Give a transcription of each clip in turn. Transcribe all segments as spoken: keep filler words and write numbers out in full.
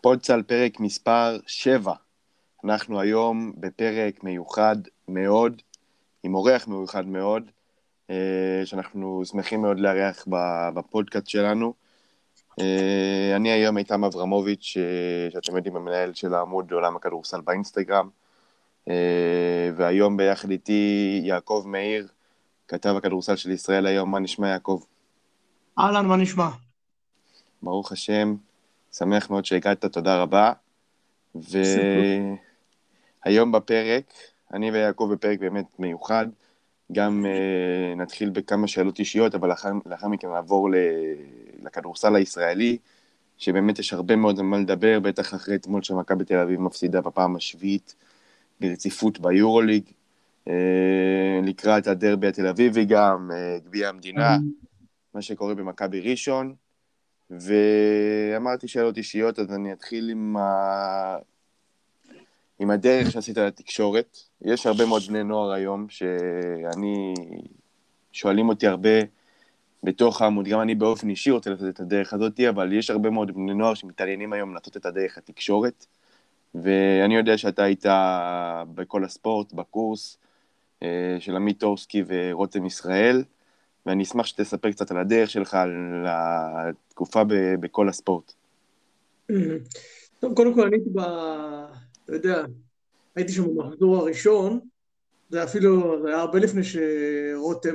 פודסל פרק מספר שבע. אנחנו היום בפרק מיוחד מאוד, עם אורח מיוחד מאוד, שאנחנו שמחים מאוד לארח בפודקאסט שלנו. אני היום איתם אברמוביץ', שאתם יודעים, המנהל של העמוד עולם הכדורסל באינסטגרם, והיום ביחד איתי יעקב מאיר, כתב הכדורסל של ישראל היום. מה נשמע, יעקב? אהלן, מה נשמע? ברוך השם, שמח מאוד שהגעת, תודה רבה. והיום בפרק, אני ויעקב בפרק באמת מיוחד, גם uh, נתחיל בכמה שאלות אישיות, אבל לאחר, לאחר מכן נעבור לכדורסל הישראלי, שבאמת יש הרבה מאוד מה לדבר, בטח אחרי אתמול שמכבי בתל אביב מפסידה בפעם השביעית ברציפות ביורוליג, uh, לקראת הדרבי התל אביבי גם, uh, גביע המדינה, מה שקורה במכבי ראשון, ואמרתי שאלות אישיות, אז אני אתחיל עם, ה... עם הדרך שעשית לתקשורת. יש הרבה מאוד בני נוער היום שאני, שואלים אותי הרבה בתוך העמוד, גם אני באופן אישי רוצה לעשות את הדרך הזאת, אבל יש הרבה מאוד בני נוער שמתעניינים היום לעשות את הדרך התקשורת, ואני יודע שאתה היית בכל הספורט, בקורס של עמית טורסקי ורותם ישראל, ואני אשמח שתספר קצת על הדרך שלך, על התקופה בכל הספורט. טוב, קודם כל אני הייתי ב... אתה יודע, הייתי שם במחזור הראשון, זה אפילו, זה היה הרבה לפני שרותם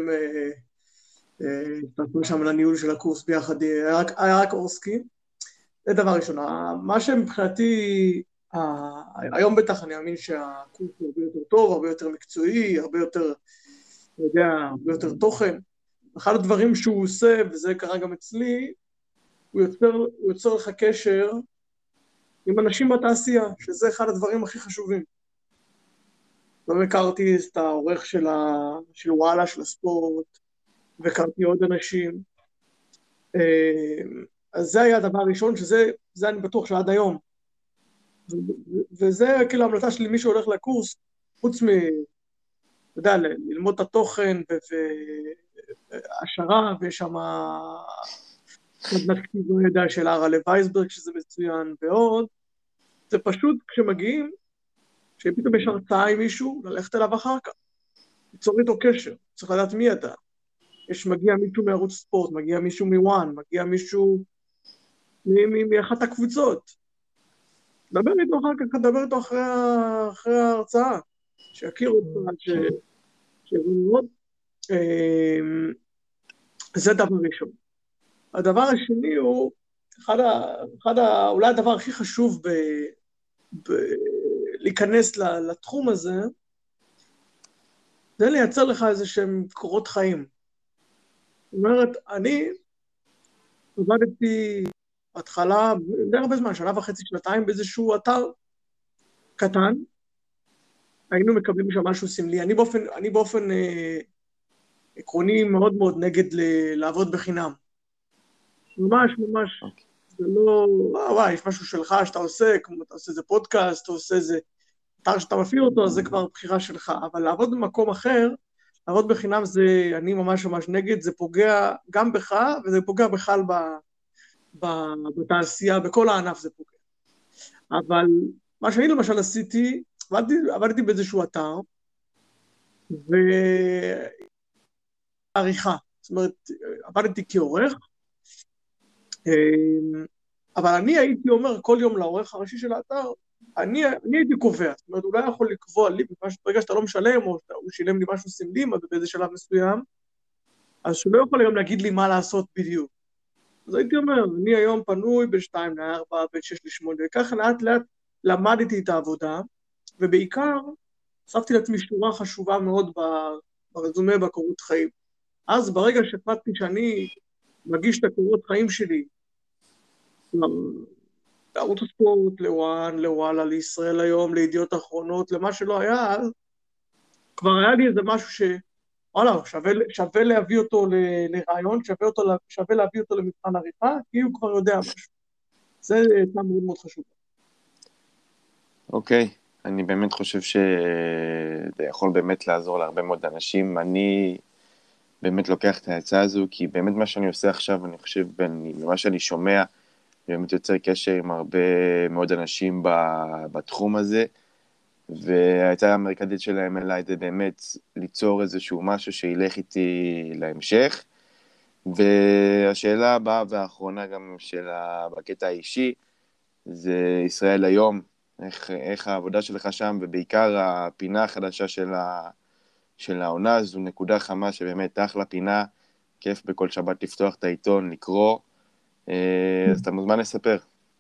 התפתחו שם לניהול של הקורס ביחד, היה רק, היה רק אורסקי. זה דבר ראשון. מה שמבחינתי, היום בטח אני מאמין שהקורס הוא הרבה יותר טוב, הרבה יותר מקצועי, הרבה יותר, אתה יודע, הרבה יותר תוכן. אחד הדברים שהוא עושה, וזה קרה גם אצלי, הוא יוצר, הוא יוצר לך קשר עם אנשים בתעשייה, שזה אחד הדברים הכי חשובים. לא הכרתי את העורך של, ה... של וואלה, של הספורט, והכרתי עוד אנשים. אז זה היה הדבר הראשון, שזה זה אני בטוח שעד היום. ו... וזה כאילו ההמלצה שלי, מי שהולך לקורס, חוץ מ... אתה יודע, ללמוד את התוכן והשערה, ויש שם מדנת כתיב לא ידע של ארה לווייסברג, שזה מצוין ועוד. זה פשוט כשמגיעים, שפתאום יש הרצאה עם מישהו, ללכת אליו אחר כך. ליצור איתו קשר, צריך לדעת מי אתה. יש מגיע מישהו מערוץ ספורט, מגיע מישהו מוואן, מגיע מישהו מאחת הקבוצות. דבר איתו אחר כך, דבר איתו אחרי, אחרי ההרצאה, שיכירו אותו, שיראו מאוד. זה דבר ראשון. הדבר השני הוא, אחד ה, אחד ה, אולי הדבר הכי חשוב ב, ב, להיכנס לתחום הזה, זה לייצר לך איזה שהם קורות חיים. זאת אומרת, אני עבדתי בהתחלה, די הרבה זמן, שנה וחצי, שנתיים, באיזשהו אתר קטן, היינו מקבלים שם משהו סמלי. אני באופן, אני באופן אה, עקרוני מאוד מאוד נגד ל- לעבוד בחינם. ממש, ממש, Okay. זה לא, וואי, וואי, יש משהו שלך שאתה עושה, כמו אתה עושה איזה פודקאסט, אתה עושה איזה אתר שאתה מפעיל אותו, אז זה כבר בחירה שלך. אבל לעבוד במקום אחר, לעבוד בחינם זה, אני ממש ממש נגד, זה פוגע גם בך, וזה פוגע בכלל ב, ב, בתעשייה, בכל הענף זה פוגע. אבל מה שאני למשל עשיתי, עבדתי, עבדתי באיזשהו אתר, ועריכה, זאת אומרת, עבדתי כעורך, אבל אני הייתי אומר כל יום לעורך הראשי של האתר, אני, אני הייתי קובע, זאת אומרת, הוא לא יכול לקבוע לי, ברגע שאתה לא משלם, או הוא שילם לי משהו סמלי, באיזה שלב מסוים, אז שהוא לא יכול גם להגיד לי מה לעשות בדיוק. אז הייתי אומר, אני היום פנוי בין שתיים לארבע, בין שש לשמונה, וככה לאט לאט למדתי את העבודה, ובעיקר, הוספתי לעצמי שורה חשובה מאוד ברזומה, בקורות חיים. אז ברגע שהחלטתי שאני מגיש את הקורות חיים שלי, לערוץ הספורט, לוואן, לוואלה, לישראל היום, לידיעות אחרונות, למה שלא היה, אז כבר היה לי איזה משהו ש... וואלה, שווה, שווה להביא אותו לרעיון, שווה, אותו, שווה להביא אותו למבחן עריכה, כי הוא כבר יודע משהו. זה היה מאוד מאוד חשוב. אוקיי, okay. אני באמת חושב שזה יכול באמת לעזור להרבה מאוד אנשים. אני באמת לוקח את ההצעה הזו, כי באמת מה שאני עושה עכשיו, אני חושב, ממה שאני שומע, באמת יוצר קשר עם הרבה מאוד אנשים בתחום הזה, והייתה המרכזית שלהם אליי זה באמת ליצור איזשהו משהו שילך איתי להמשך. והשאלה הבאה והאחרונה גם של בקטע האישי, זה ישראל היום, איך, איך העבודה שלך שם, ובעיקר הפינה החדשה של, ה, של העונה, זו נקודה חמה שבאמת אחלה פינה, כיף בכל שבת לפתוח את העיתון, לקרוא, אז אתה מוזמן לספר.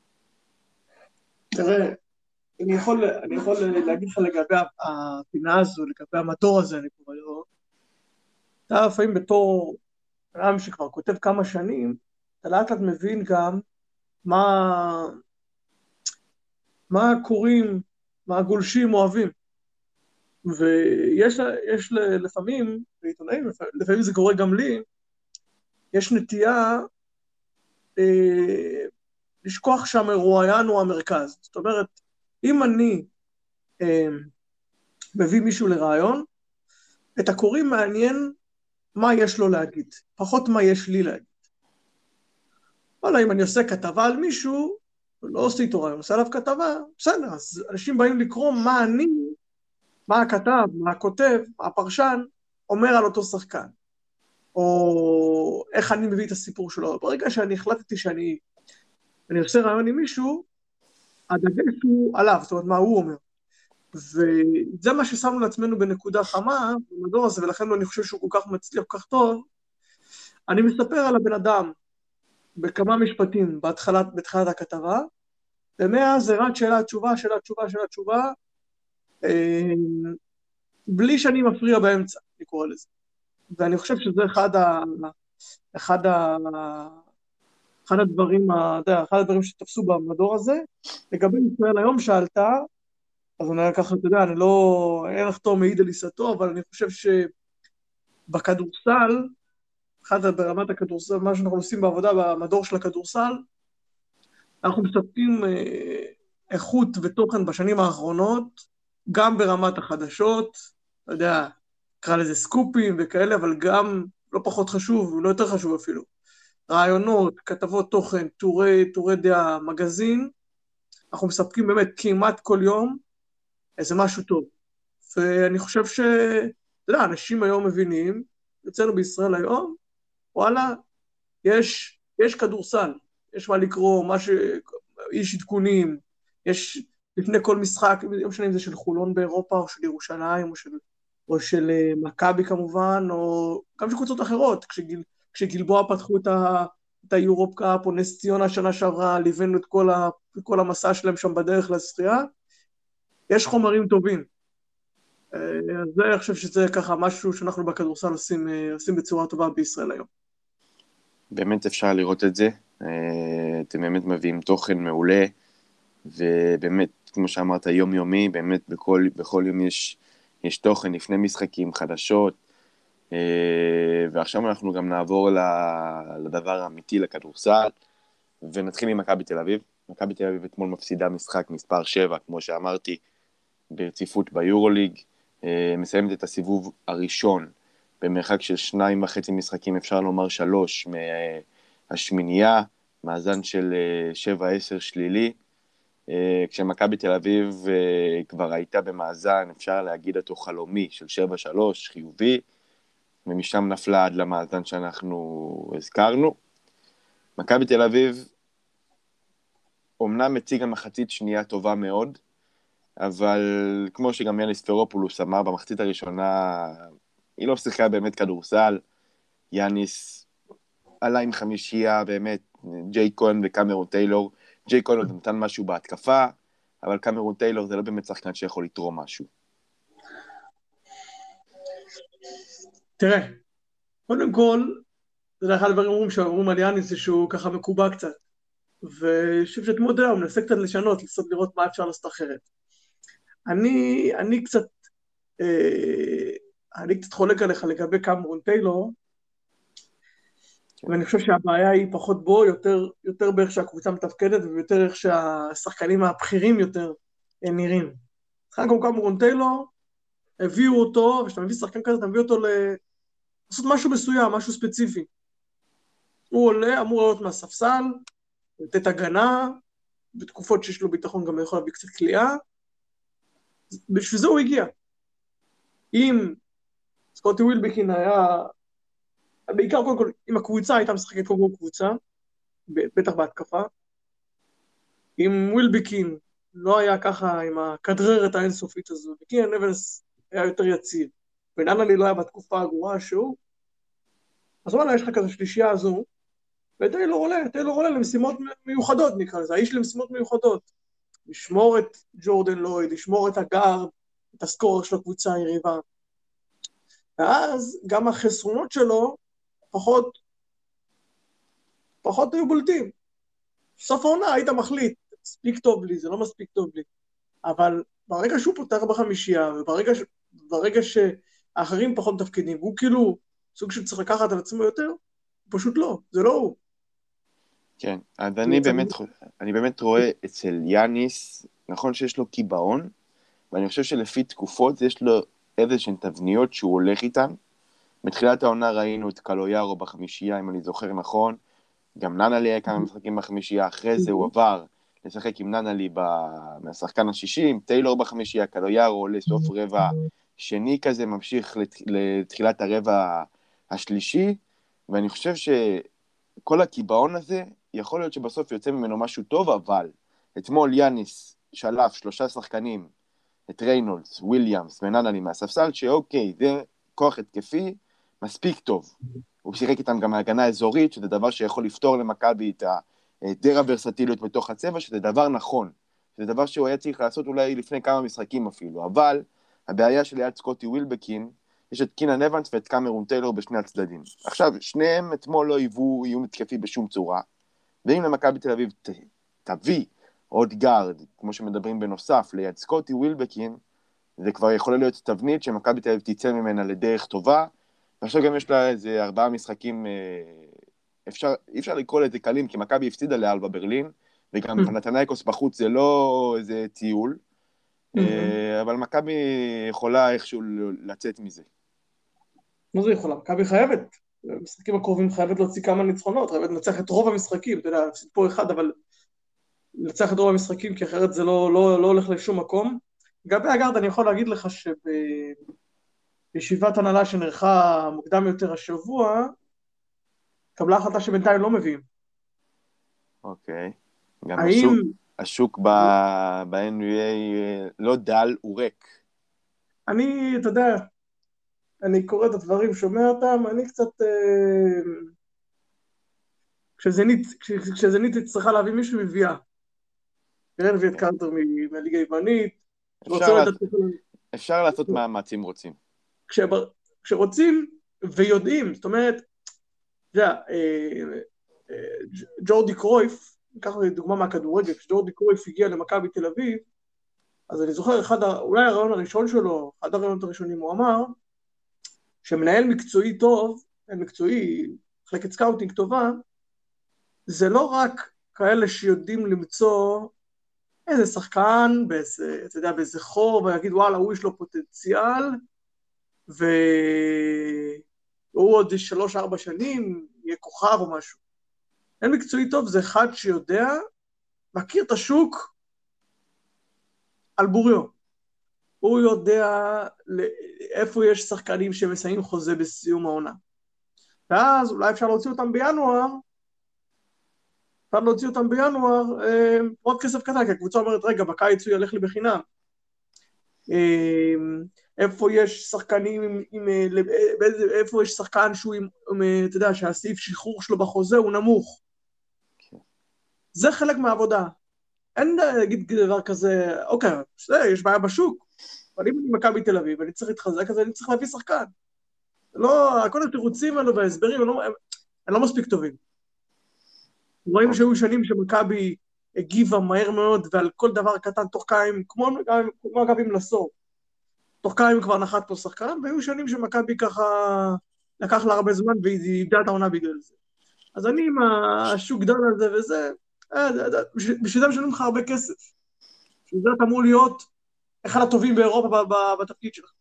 תראה, אני יכול, אני יכול להגיד לך לגבי הפינה הזו, לגבי המדור הזה, אני קורא לו, אתה לפעמים בתור רם שכבר כותב כמה שנים, אתה לאט לאט מבין גם מה, מה הקוראים, מה הגולשים אוהבים. ויש יש לפעמים, בעיתונאים, לפעמים זה קורה גם לי, יש נטייה אה, לשכוח שם רואיין הוא המרכז. זאת אומרת, אם אני אה, מביא מישהו לרעיון, את הקוראים מעניין מה יש לו להגיד, פחות מה יש לי להגיד. וואלה, אם אני עושה כתבה על מישהו, לא עושה איתו רעיון, עושה עליו כתבה, בסדר, אז אנשים באים לקרוא מה אני, מה הכתב, מה הכותב, מה הפרשן, אומר על אותו שחקן, או איך אני מביא את הסיפור שלו. ברגע שאני החלטתי שאני אני עושה רעיון עם מישהו, הדגש הוא עליו, זאת אומרת, מה הוא אומר. וזה מה ששמנו לעצמנו בנקודה חמה, במדור הזה, ולכן אני חושב שהוא כל כך מצליח, כל כך טוב. אני מספר על הבן אדם בכמה משפטים בהתחלת, בתחילת הכתבה, ומאז זה רק שאלה תשובה, שאלה תשובה, שאלה תשובה, בלי שאני מפריע באמצע, אני קורא לזה. ואני חושב שזה אחד ה... אחד ה... אחד הדברים, אחד הדברים שתפסו במדור הזה. לגבי ישראל היום שאלת, אז אני ככה, אתה יודע, אני לא, אין לחתום מעיד על עיסתו, אבל אני חושב שבכדורסל, אחד ברמת הכדורסל, מה שאנחנו עושים בעבודה במדור של הכדורסל, אנחנו מספקים אה, איכות ותוכן בשנים האחרונות, גם ברמת החדשות, אתה יודע, קרא לזה סקופים וכאלה, אבל גם לא פחות חשוב, לא יותר חשוב אפילו, רעיונות, כתבות תוכן, טורי, טורי דעה, מגזין, אנחנו מספקים באמת כמעט כל יום איזה משהו טוב. ואני חושב ש... אתה יודע, אנשים היום מבינים, אצלנו בישראל היום, וואלה, יש, יש כדורסל, יש מה לקרוא, מה ש... יש עדכונים, יש לפני כל משחק, לא משנה אם זה של חולון באירופה, או של ירושלים, או של, או של מכבי כמובן, או גם של קבוצות אחרות, כשגיל... כשגלבוע פתחו את, ה, את היורופ קאפ, או נס ציונה שנה שעברה, ליווינו את כל, ה, כל המסע שלהם שם בדרך לזכייה, יש חומרים טובים. אז זה, אני חושב שזה ככה משהו שאנחנו בכדורסל עושים, עושים בצורה טובה בישראל היום. באמת אפשר לראות את זה, אתם באמת מביאים תוכן מעולה, ובאמת, כמו שאמרת, יומיומי, באמת בכל, בכל יום יש, יש תוכן לפני משחקים, חדשות, ועכשיו אנחנו גם נעבור לדבר האמיתי, לכדורסל, ונתחיל עם מכבי תל אביב. מכבי תל אביב אתמול מפסידה משחק מספר שבע, כמו שאמרתי, ברציפות ביורוליג, מסיימת את הסיבוב הראשון, במרחק של שניים וחצי משחקים, אפשר לומר שלוש, מהשמינייה, מאזן של שבע עשר שלילי, כשמכבי תל אביב כבר הייתה במאזן, אפשר להגיד אותו חלומי, של שבע שלוש, חיובי, ומשם נפלה עד למאזן שאנחנו הזכרנו. מכבי תל אביב אומנם מציגה מחצית שנייה טובה מאוד, אבל כמו שגם יאניס ספרופולוס אמר, במחצית הראשונה היא לא שיחקה באמת כדורסל, יאניס עלה עם חמישייה, באמת, ג'יי כהן וקמרון טיילור, ג'יי כהן נתן משהו בהתקפה, אבל קמרון טיילור זה לא באמת שחקן שיכול לתרום משהו. תראה, קודם כל, זה אחד הדברים אומרים שאומרים על יאניס זה שהוא ככה מקובע קצת, ושוב שאתה יודע, הוא מנסה קצת לשנות, לנסות לראות מה אפשר לעשות אחרת. אני, אני קצת, אה, אני קצת חולק עליך לגבי קמרון טיילור, ואני חושב שהבעיה היא פחות בו, יותר, יותר באיך שהקבוצה מתפקדת, ויותר איך שהשחקנים הבכירים יותר נראים. שחקן כמו קמרון טיילור, הביאו אותו, ושאתה מביא שחקן כזה, אתה מביא אותו לעשות משהו מסוים, משהו ספציפי. הוא עולה, אמור להיות מהספסל, לתת הגנה, בתקופות שיש לו ביטחון גם יכול להביא קצת קליעה, בשביל זה הוא הגיע. אם סקוטי ווילבקין היה, בעיקר קודם כל, אם הקבוצה הייתה משחקת קודם כל קבוצה, בטח בהתקפה, אם ווילבקין לא היה ככה עם הכדררת האינסופית הזו, וקיאן אבנס היה יותר יציב, ונאנלי לא היה בתקופה הגרועה שהוא, אז וואלה, יש לך כזה שלישייה הזו, וטיילור עולה, טיילור עולה למשימות מיוחדות נקרא לזה, האיש למשימות מיוחדות. לשמור את ג'ורדן לויד, לשמור את הגארד, את הסקורר של הקבוצה היריבה. ואז גם החסרונות שלו פחות, פחות היו בולטים. סוף העונה היית מחליט, מספיק טוב לי, זה לא מספיק טוב לי. אבל ברגע שהוא פותח בחמישייה, וברגע ש... ברגע שהאחרים פחות תפקידים, הוא כאילו סוג שצריך לקחת על עצמו יותר, פשוט לא, זה לא הוא. כן, אז אני באמת, אני באמת רואה אצל יאניס, נכון שיש לו קיבעון, ואני חושב שלפי תקופות יש לו איזשהן תבניות שהוא הולך איתן. בתחילת העונה ראינו את קלויארו בחמישייה, אם אני זוכר נכון, גם ננלי היה כמה משחקים בחמישייה, אחרי זה הוא עבר לשחק עם ננלי מהשחקן השישי, עם טיילור בחמישייה, קלויארו עולה סוף רבע שני כזה, ממשיך לתחילת הרבע השלישי, ואני חושב שכל הקיבעון הזה, יכול להיות שבסוף יוצא ממנו משהו טוב, אבל אתמול יאניס שלף שלושה שחקנים, את ריינולדס, וויליאמס וננלי מהספסל, שאוקיי, זה כוח התקפי מספיק טוב. הוא שיחק איתם גם מהגנה אזורית, שזה דבר שיכול לפתור למכבי את היעדר הוורסטיליות בתוך הצבע, שזה דבר נכון. זה דבר שהוא היה צריך לעשות אולי לפני כמה משחקים אפילו, אבל הבעיה של ליד סקוטי ווילבקין, יש את קינן אבנס ואת קמרון טיילור בשני הצדדים. עכשיו, שניהם אתמול לא היוו איום התקפי בשום צורה, ואם למכבי תל אביב ת, תביא עוד גארד, כמו שמדברים בנוסף, ליד סקוטי ווילבקין, זה כבר יכול להיות תבנית שמכבי תל אביב תצא ממנה לדרך טובה, ועכשיו גם יש לה איזה ארבעה משחקים, אפשר, אי אפשר לקרוא לזה קלים, כי מכבי הפסידה לאלבה ברלין, וגם פנתנייקוס בחוץ זה לא איזה טיול, אבל מכבי יכולה איכשהו לצאת מזה. מה זה יכולה? מכבי חייבת. במשחקים הקרובים חייבת להוציא כמה ניצחונות, חייבת לנצח את רוב המשחקים, אתה יודע, פה אחד, אבל לנצח את רוב המשחקים, כי אחרת זה לא, לא, לא הולך לשום מקום. לגבי הגארד, אני יכול להגיד לך שבישיבת הנהלה שנערכה מוקדם יותר השבוע, קבלה החלטה שבינתיים לא מביאים. אוקיי. גם האם... השוק, השוק ב-אן בי איי לא דל, הוא ריק. אני, אתה יודע, אני קורא את הדברים, שומע אותם, אני קצת... כשזנית, כשזנית צריכה להביא מישהו מביאה. תראה נביא את קאנטר מהליגה היוונית. אפשר לעשות מאמץ אם רוצים. כשרוצים ויודעים, זאת אומרת, ג'ורדי קרויף, ניקח דוגמה מהכדורגל, כשג'ורדי קרויף הגיע למכבי תל אביב, אז אני זוכר, אחד, אולי הרעיון הראשון שלו, אחד הרעיונות הראשונים, הוא אמר, שמנהל מקצועי טוב, מקצועי, מחלקת סקאוטינג טובה, זה לא רק כאלה שיודעים למצוא איזה שחקן, באיזה, אתה יודע, באיזה חור, ויגיד, וואלה, הוא יש לו פוטנציאל, והוא עוד שלוש, ארבע שנים, יהיה כוכב או משהו. אין מקצועי טוב, זה אחד שיודע, מכיר את השוק על בוריו. הוא יודע איפה יש שחקנים שמסיימים חוזה בסיום העונה. ואז אולי אפשר להוציא אותם בינואר, אפשר להוציא אותם בינואר, עוד כסף קטן, כי הקבוצה אומרת, רגע, בקיץ הוא ילך לי בחינם. איפה יש שחקנים, איפה יש שחקן שהוא, אתה יודע, שהסעיף שחרור שלו בחוזה הוא נמוך. זה חלק מהעבודה. אין להגיד דבר כזה, אוקיי, יש בעיה בשוק, אבל אם אני מכבי תל אביב, אני צריך להתחזק, אז אני צריך להביא שחקן. לא, כל התירוצים האלו וההסברים, הם לא מספיק טובים. רואים שהיו שנים שמכבי הגיבה מהר מאוד, ועל כל דבר קטן תוך קיים, כמו אגב עם לסור. תוך קיים כבר נחת פה שחקן, והיו שנים שמכבי ככה לקח לה הרבה זמן, והיא איבדה את העונה בגלל זה. אז אני עם השוק גדול הזה וזה, בשביל זה משלמים לך הרבה כסף. בשביל זה אתה אמור להיות אחד הטובים באירופה בתפקיד שלך.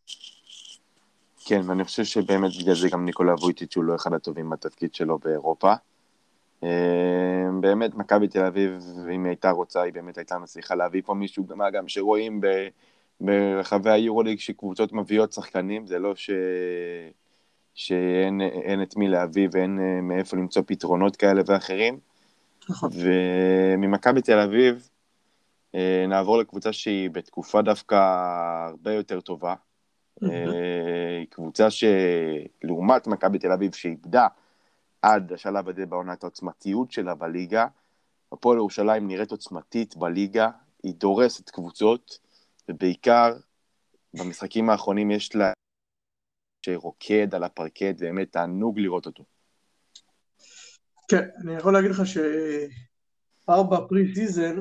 כן, ואני חושב שבאמת בגלל זה גם ניקולה וויטיץ' הוא לא אחד הטובים בתפקיד שלו באירופה. אה, באמת, מכבי תל אביב, אם היא הייתה רוצה, היא באמת הייתה מצליחה להביא פה מישהו, גם, גם שרואים ב, ברחבי היורוליג שקבוצות מביאות שחקנים, זה לא ש... שאין אין את מי להביא ואין אה, מאיפה למצוא פתרונות כאלה ואחרים. נכון. וממכבי תל אביב אה, נעבור לקבוצה שהיא בתקופה דווקא הרבה יותר טובה. Mhm. היא קבוצה שלעומת מכבי תל אביב שאיבדה עד השלב הזה בעונת העוצמתיות שלה בליגה, הפועל ירושלים נראית עוצמתית בליגה, היא דורסת קבוצות, ובעיקר במשחקים האחרונים יש לה שרוקד על הפרקט, באמת תענוג לראות אותו. כן, אני יכול להגיד לך שפער בפרי סיזן,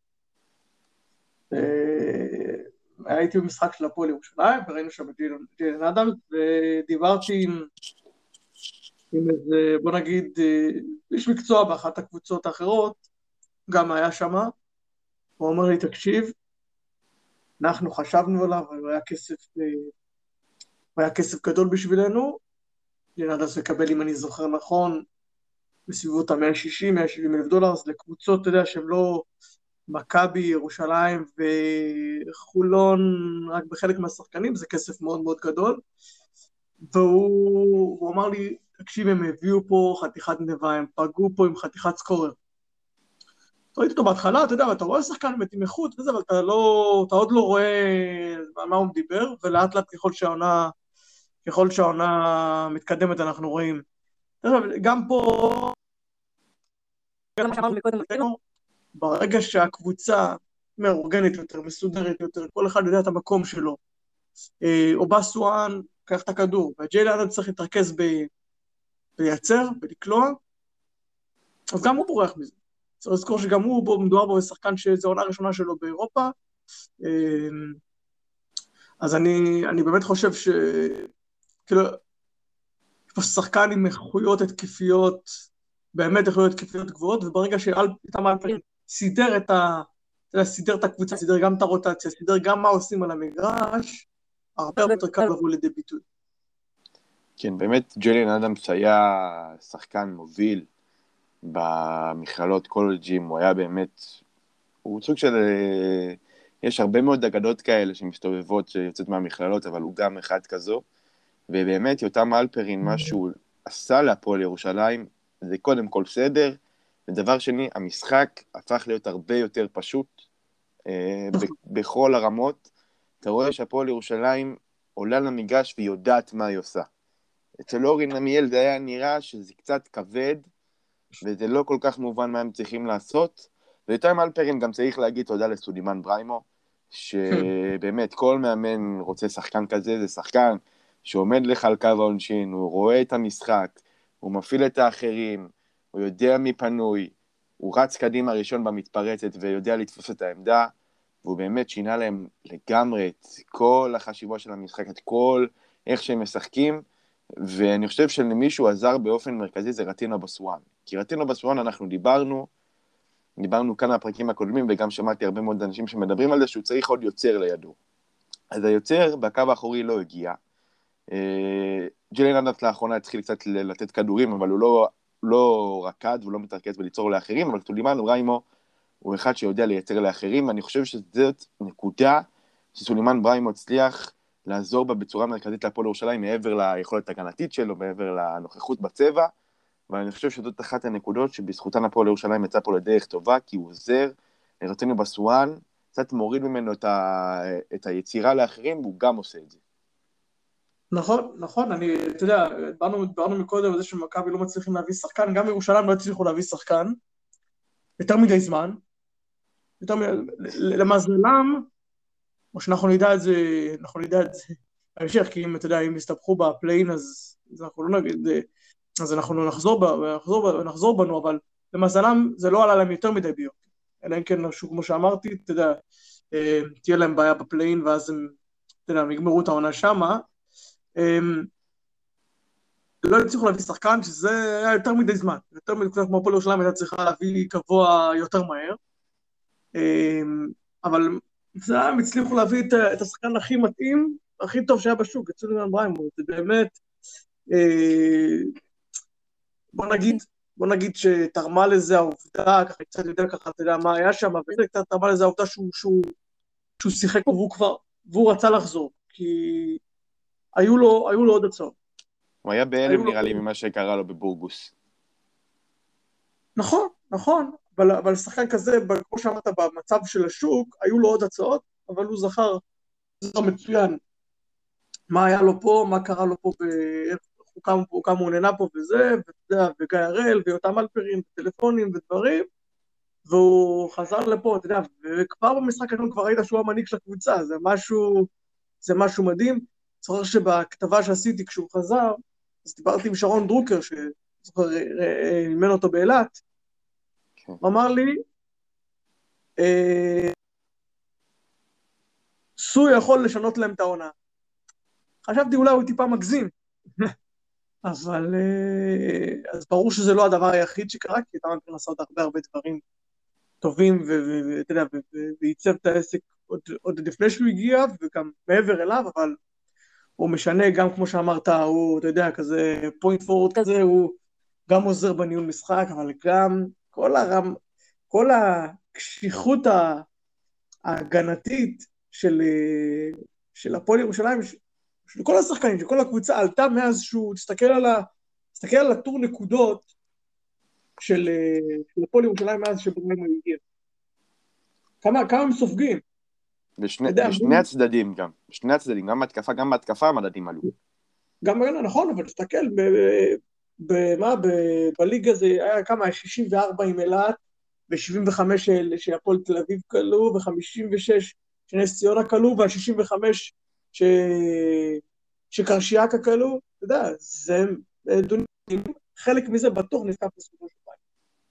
הייתי במשחק של הפועל ירושלים, וראינו שם את ג'יילן אדמס, ודיברתי עם, עם איזה, בוא נגיד, איש מקצוע באחת הקבוצות האחרות, גם היה שם, הוא אומר לי, תקשיב, אנחנו חשבנו עליו, אבל היה כסף, היה כסף גדול בשבילנו, ג'יילן אדמס מקבל, אם אני זוכר נכון, בסביבות ה-מאה שישים מאה שבעים אלף דולר, אז לקבוצות, אתה יודע, שהן לא מכבי, ירושלים וחולון, רק בחלק מהשחקנים, זה כסף מאוד מאוד גדול, והוא הוא אמר לי, תקשיב, הם הביאו פה חתיכת נבע, הם פגעו פה עם חתיכת סקורר. ראיתי אותו בהתחלה, אתה יודע, אתה רואה שחקן באמת עם איכות וזה, אבל אתה, לא, אתה עוד לא רואה על מה הוא מדבר, ולאט לאט ככל שהעונה, ככל שהעונה מתקדמת אנחנו רואים. גם פה, גם מה שאמרנו מקודם, ברגע שהקבוצה מאורגנת יותר, מסודרת יותר, כל אחד יודע את המקום שלו, אובסואן, קח את הכדור, והג'יילן אדמס צריך להתרכז ב... בייצר, בלקלוע, אז גם הוא בורח מזה. צריך לזכור שגם הוא מדובר בו בשחקן שזו העונה הראשונה שלו באירופה, אז אני, אני באמת חושב ש... כאילו, יש פה שחקן עם איכויות התקפיות, באמת איכויות התקפיות גבוהות, וברגע שאיתם אלפרין סידר את ה... סידר את הקבוצה, סידר גם את הרוטציה, סידר גם מה עושים על המגרש, הרבה הרבה יותר קל לבוא לידי ביטוי. כן, באמת ג'יילן אדמס היה שחקן מוביל במכללות קולג'ים, הוא היה באמת, הוא סוג של, יש הרבה מאוד אגדות כאלה שמסתובבות שיוצאות מהמכללות, אבל הוא גם אחד כזו, ובאמת יותם אלפרין, מה שהוא עשה להפועל ירושלים, זה קודם כל סדר, ודבר שני, המשחק הפך להיות הרבה יותר פשוט, בכל הרמות. אתה רואה שהפועל ירושלים עולה למגרש והיא יודעת מה היא עושה. אצל אורן נמיאל זה היה נראה שזה קצת כבד, וזה לא כל כך מובן מה הם צריכים לעשות, ויותם אלפרין גם צריך להגיד תודה לסולימן בריימו, שבאמת כל מאמן רוצה שחקן כזה, זה שחקן שעומד לך על קו העונשין, הוא רואה את המשחק, הוא מפעיל את האחרים, הוא יודע מי פנוי, הוא רץ קדימה ראשון במתפרצת ויודע לתפוס את העמדה, והוא באמת שינה להם לגמרי את כל החשיבה של המשחק, את כל איך שהם משחקים, ואני חושב שלמישהו עזר באופן מרכזי זה רטינו בסואן. כי רטינו בסואן אנחנו דיברנו, דיברנו כאן הפרקים הקודמים, וגם שמעתי הרבה מאוד אנשים שמדברים על זה, שהוא צריך עוד יוצר לידו. אז היוצר בקו האחורי לא הגיע. ג'יילן אדמס לאחרונה התחיל קצת לתת כדורים, אבל הוא לא, לא רקד ולא מתרכז בליצור לאחרים, אבל סולימן בריימו הוא אחד שיודע לייצר לאחרים, ואני חושב שזאת נקודה שסולימן בריימו הצליח לעזור בה בצורה מרכזית להפועל ירושלים, מעבר ליכולת הגנתית שלו, מעבר לנוכחות בצבע, ואני חושב שזאת אחת הנקודות שבזכותן הפועל ירושלים יצא פה לדרך טובה, כי הוא עוזר לרטינו בסואן, קצת מוריד ממנו את, ה... את היצירה לאחרים, והוא גם עושה את זה. נכון, נכון, אני, אתה יודע, באנו, באנו מקודם על זה שמכבי לא מצליחים להביא שחקן, גם בירושלים לא הצליחו להביא שחקן, יותר מדי זמן, יותר מדי, למזלם, או שאנחנו נדע את זה, אנחנו נדע את זה בהמשך, כי אם, אתה יודע, אם יסתבכו בפליין, אז, אז אנחנו לא נגיד, אז אנחנו נחזור, בה, נחזור, נחזור בנו, אבל למזלם זה לא עלה להם יותר מדי ביוק, אלא אם כן, כמו שאמרתי, אתה יודע, תהיה להם בעיה בפליין, ואז הם, אתה יודע, הם יגמרו את העונה שמה, לא הצליחו להביא שחקן, שזה היה יותר מדי זמן, יותר מדי, כמו הפועל ירושלים הייתה צריכה להביא קבוע יותר מהר, אבל הם הצליחו להביא את השחקן הכי מתאים, הכי טוב שהיה בשוק, את סולימן בריימו, זה באמת, בוא נגיד, בוא נגיד שתרמה לזה העובדה, ככה קצת יודע ככה, אתה יודע מה היה שם, וזה קצת תרמה לזה העובדה שהוא, שהוא, שהוא שיחק והוא כבר, והוא רצה לחזור, כי היו לו, היו לו עוד הצעות. הוא היה בהלם היו לו... נראה לי ממה שקרה לו בבורגוס. נכון, נכון, אבל, אבל שחקן כזה, כמו שאמרת, במצב של השוק, היו לו עוד הצעות, אבל הוא זכר, זכר מצוין, מה היה לו פה, מה קרה לו פה, איך הוא קם, הוא קם, הוא נהנה פה וזה, וגיא הראל, ויותם אלפרין, טלפונים ודברים, והוא חזר לפה, אתה יודע, וכבר במשחק היום כבר ראית שהוא המנהיג של הקבוצה, זה משהו, זה משהו מדהים. זוכר שבכתבה שעשיתי כשהוא חזר, אז דיברתי עם שרון דרוקר, שזוכר, אימן אותו באילת, הוא אמר לי, סוי יכול לשנות להם את העונה. חשבתי אולי הוא טיפה מגזים, אבל אז ברור שזה לא הדבר היחיד שקרה, כי אתה מבין לעשות הרבה הרבה דברים טובים, ואתה יודע, וייצב את העסק עוד לפני שהוא הגיע, וגם מעבר אליו, אבל הוא משנה גם כמו שאמרת, הוא, אתה יודע, כזה פוינט פורוד כזה, הוא גם עוזר בניהול משחק, אבל גם כל הרם, כל הקשיחות ההגנתית של, של הפועל ירושלים, של כל השחקנים, של כל הקבוצה, עלתה מאז שהוא תסתכל על ה, תסתכל על הטור נקודות של, של הפועל ירושלים מאז שברגע הגיע. כמה, כמה הם סופגים? בשני, יודע, בשני מי... הצדדים גם, בשני הצדדים, גם בהתקפה, גם בהתקפה המדדים עלו. גם נכון, אבל תסתכל, במה, בליגה זה היה כמה, שישים וארבע עם אלעד, ו-שבעים וחמש שהפועל תל אביב קלו, ו-חמישים ושש שנס ציונה קלו, וה-שישים וחמש ש... שקרשיאקה קלו, אתה יודע, זה דונים, חלק מזה בטוח נפקע בסופו של פעם.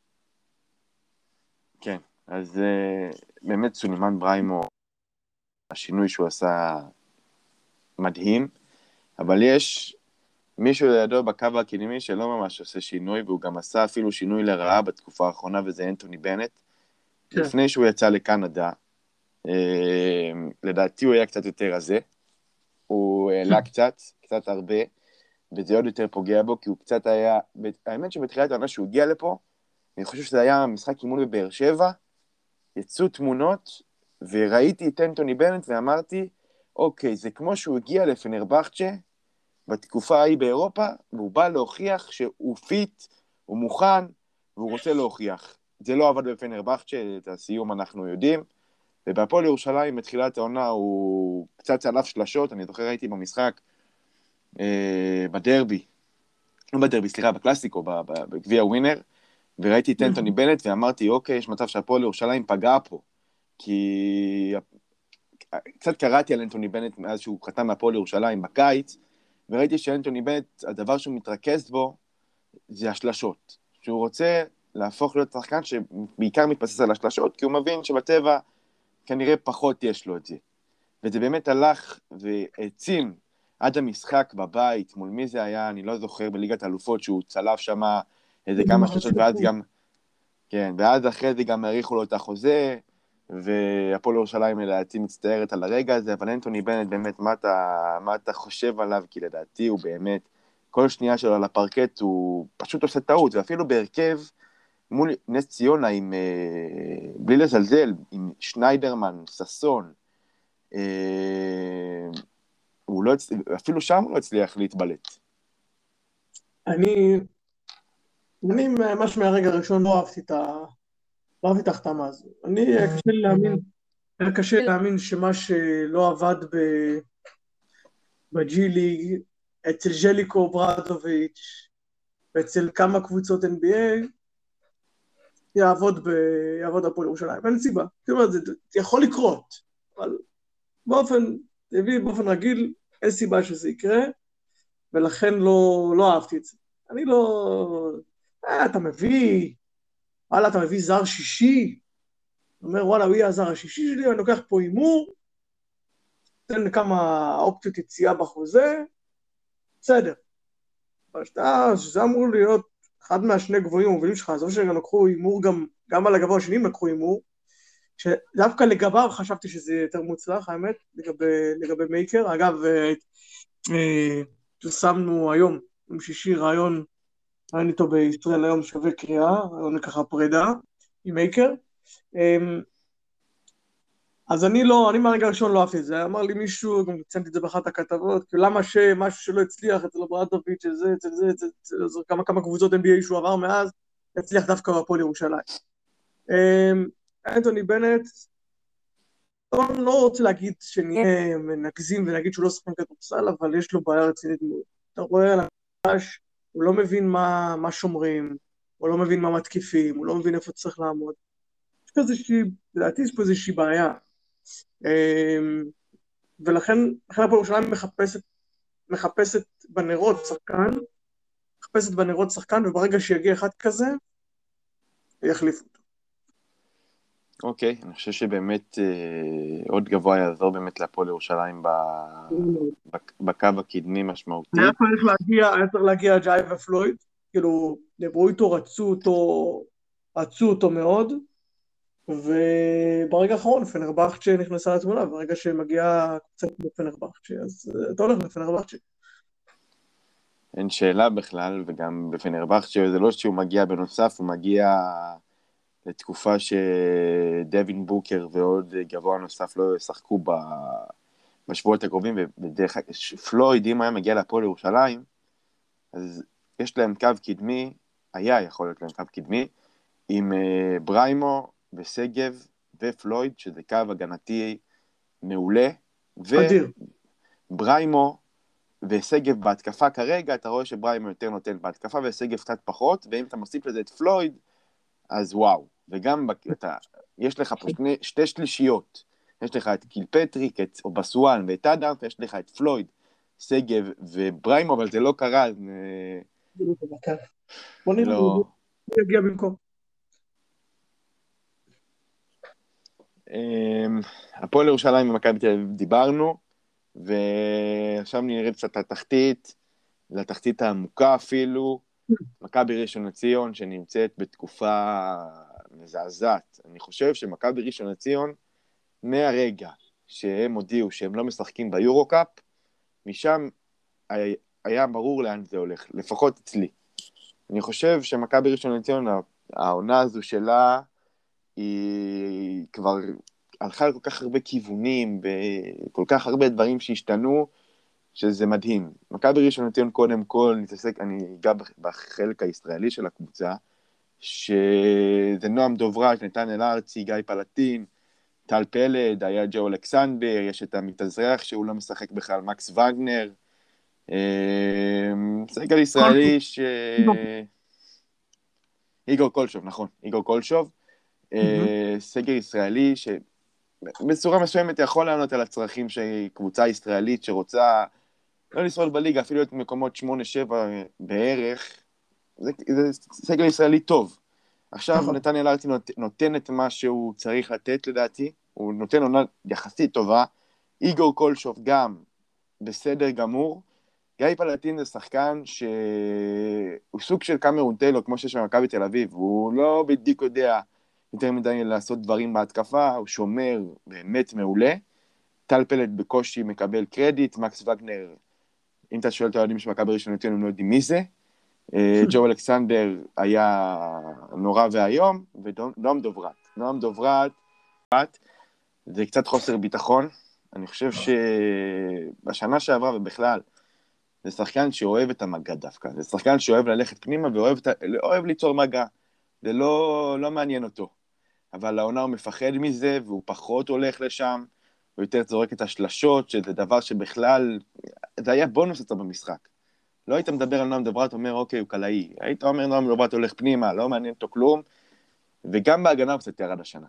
כן, אז באמת סולימאן בריימו, השינוי שהוא עשה מדהים, אבל יש מישהו לידו בקו הקדמי שלא ממש עושה שינוי, והוא גם עשה אפילו שינוי לרעה בתקופה האחרונה, וזה אנטוני בנט. כן. לפני שהוא יצא לקנדה, אה, לדעתי הוא היה קצת יותר רזה, הוא העלה קצת, קצת הרבה, וזה עוד יותר פוגע בו, כי הוא קצת היה, האמת שבתחילת העונה שהוא הגיע לפה, אני חושב שזה היה משחק אימון בבאר שבע, יצאו תמונות, וראיתי את אנטוני בנט ואמרתי, אוקיי, זה כמו שהוא הגיע לפנרבחצ'ה, בתקופה ההיא באירופה, והוא בא להוכיח שהוא פיט, הוא מוכן, והוא רוצה להוכיח. זה לא עבד בפנרבחצ'ה, את הסיום אנחנו יודעים, ובהפועל ירושלים, בתחילת העונה, הוא קצת צלף שלשות, אני זוכר ראיתי במשחק, אה, בדרבי, לא בדרבי, סליחה, בקלאסיקו, בגביע ווינר, וראיתי את אנטוני בנט, ואמרתי, אוקיי, יש מצב שהפועל ירושלים פגע פה, כי קצת קראתי על אנטוני בנט מאז שהוא חתם מהפועל ירושלים בקיץ, וראיתי שאנטוני בנט, הדבר שהוא מתרכז בו, זה השלשות. שהוא רוצה להפוך להיות שחקן שבעיקר מתבסס על השלשות, כי הוא מבין שבטבע כנראה פחות יש לו את זה. וזה באמת הלך והעצים עד המשחק בבית, מול מי זה היה, אני לא זוכר, בליגת האלופות, שהוא צלף שם איזה כמה שלשות, ואז גם, כן, ואז אחרי זה גם העריכו לו את החוזה, והפועל ירושלים לדעתי מצטערת על הרגע הזה, אבל אנטוני בנט באמת, מה אתה, מה אתה חושב עליו? כי לדעתי הוא באמת, כל שנייה שלו על הפרקט הוא פשוט עושה טעות, ואפילו בהרכב מול נס ציונה, עם, בלי לזלזל, עם שניידרמן, ססון, הוא לא, אפילו שם הוא לא הצליח להתבלט. אני, אני ממש מהרגע הראשון לא אהבתי את ה... לא אהבתי את ההחתמה הזו. אני, קשה לי להאמין, היה קשה להאמין שמה שלא עבד ב... בג'י ליג, אצל ז'ליקו ברדוביץ', ואצל כמה קבוצות אן בי איי, יעבוד ב... יעבוד הפועל ירושלים. אין סיבה. זאת אומרת, זה, זה יכול לקרות, אבל באופן, תביא, באופן רגיל, אין סיבה שזה יקרה, ולכן לא, לא אהבתי את זה. אני לא... אה, אתה מביא... וואלה, אתה מביא זר שישי, הוא אומר, וואלה, הוא יהיה הזר השישי שלי, אני לוקח פה אימור, תן כמה אופציות יציאה בחוזה, בסדר. אבל שאתה, שזה אמור להיות אחד מהשני גבוהים המובילים שלך, זו שגם לקחו אימור, גם, גם על הגבוה השני לקחו אימור, שדווקא לגביו חשבתי שזה יותר מוצלח, האמת, לגבי, לגבי מייקר. אגב, פרסמנו היום, עם שישי רעיון, אני איתו בישראל היום שווה קריאה, היום ככה פרידה, עם מייקר. אמ, אז אני לא, אני מהרגע הראשון לא אהבתי את זה, אמר לי מישהו, גם ציינתי את זה באחת הכתבות, כי למה שמשהו שלא הצליח אצל אברדוביץ', שזה, אצל זה, אצל זה, אצל כמה כמה קבוצות אן בי איי שהוא עבר מאז, הצליח דווקא בהפועל ירושלים. אמ, אנטוני בנט, לא, לא רוצה להגיד שנהיה מנגזים ונגיד שהוא לא שחקן כדורסל, אבל יש לו בעיה רצינית מאוד. אתה רואה על המגרש, הוא לא מבין מה, מה שומרים, הוא לא מבין מה מתקיפים, הוא לא מבין איפה צריך לעמוד. יש פה איזושהי, לדעתי יש פה איזושהי בעיה. אמ, ולכן, לכן הפועל ירושלים מחפשת, מחפשת בנרות שחקן, מחפשת בנרות שחקן, וברגע שיגיע אחד כזה, יחליף אותו. אוקיי, אני חושב שבאמת אה, עוד גבוה יעזור באמת להפועל ירושלים ב... בקו הקדמי משמעותי. היה צריך להגיע, היה צריך להגיע ג'אי ופלויד, כאילו, דברו איתו, רצו אותו, רצו אותו מאוד, וברגע האחרון פנרבחצ'ה נכנסה לתמונה, ברגע שמגיעה קצת בפנרבחצ'ה, אז אתה הולך לפנרבחצ'ה. אין שאלה בכלל, וגם בפנרבחצ'ה זה לא שהוא מגיע בנוסף, הוא מגיע לתקופה שדווין בוקר ועוד גבוה נוסף לא ישחקו ב... בשבועות הקרובים, ובדרך פלויד, אם היה מגיע להפועל ירושלים, אז יש להם קו קדמי, היה יכול להיות להם קו קדמי, עם בריימו וסגב ופלויד, שזה קו הגנתי מעולה, ובריימו וסגב בהתקפה כרגע, אתה רואה שבריימו יותר נותן בהתקפה, וסגב קצת פחות, ואם אתה מוסיף לזה את פלויד, אז וואו. וגם אתה, יש לך פה שני, שתי שלישיות, יש לך את קילפטריק, את אובסואן ואת אדם, ויש לך את פלויד, סגב ובריימו, אבל זה לא קרה. זה לא קרה. בוא נראה, הוא יגיע במקום. הפועל ירושלים ומכבי תל אביב דיברנו, ועכשיו נראה קצת התחתית, לתחתית העמוקה אפילו, מכבי ראשון לציון שנמצאת בתקופה מזעזעת. אני חושב שמכבי ראשון לציון, מהרגע שהם הודיעו שהם לא משחקים ביורו-קאפ, משם היה ברור לאן זה הולך, לפחות אצלי. אני חושב שמכבי ראשון לציון, העונה הזו שלה, היא כבר הלכה לכל כך הרבה כיוונים, וכל כך הרבה דברים שהשתנו, שזה מדהים. מכבי ראשון לציון קודם כל, נתעסק, אני אגע בחלק הישראלי של הקבוצה, שזה נועם דוברת, נתנאל ארצי, גיא פלטין, טל פלד, היה ג'ו אלכסנדר, יש את המתאזרח שהוא לא משחק בכלל, מקס וגנר, סגל ישראלי ש... איגור קולשוב, נכון, איגור קולשוב, סגל ישראלי שבצורה מסוימת יכול לענות על הצרכים של קבוצה ישראלית שרוצה לא לשרוד בליגה, אפילו להיות מקומות שמונה שבע בערך, זה, זה סגל ישראלי טוב. עכשיו נתנאל ארצי נותן את מה שהוא צריך לתת לדעתי, הוא נותן עונה יחסית טובה, איגור קולשוב גם בסדר גמור, גיא פלטין זה שחקן שהוא סוג של קמרון טיילור, כמו שיש במכבי תל אביב, הוא לא בדיוק יודע יותר מדי לעשות דברים בהתקפה, הוא שומר באמת מעולה, טל פלד בקושי מקבל קרדיט, מקס וגנר, אם אתה שואל את הילדים שמכבי ראשון לציון, הם לא יודעים מי זה, ג'ו אלכסנדר היה נורא והיום, ונועם דוברת, נועם דוברת, זה קצת חוסר ביטחון, אני חושב שבשנה שעברה ובכלל, זה שחקן שאוהב את המגע דווקא, זה שחקן שאוהב ללכת פנימה ואוהב ליצור מגע, זה לא, לא מעניין אותו, אבל העונה הוא מפחד מזה והוא פחות הולך לשם, הוא יותר זורק את השלשות, שזה דבר שבכלל, זה היה בונוס אצלו במשחק. לא היית מדבר על נועם דוברת, אומר אוקיי, הוא קלעי, היית אומר נועם דוברת הולך פנימה, לא מעניין אותו כלום, וגם בהגנה הוא קצת ירד השנה.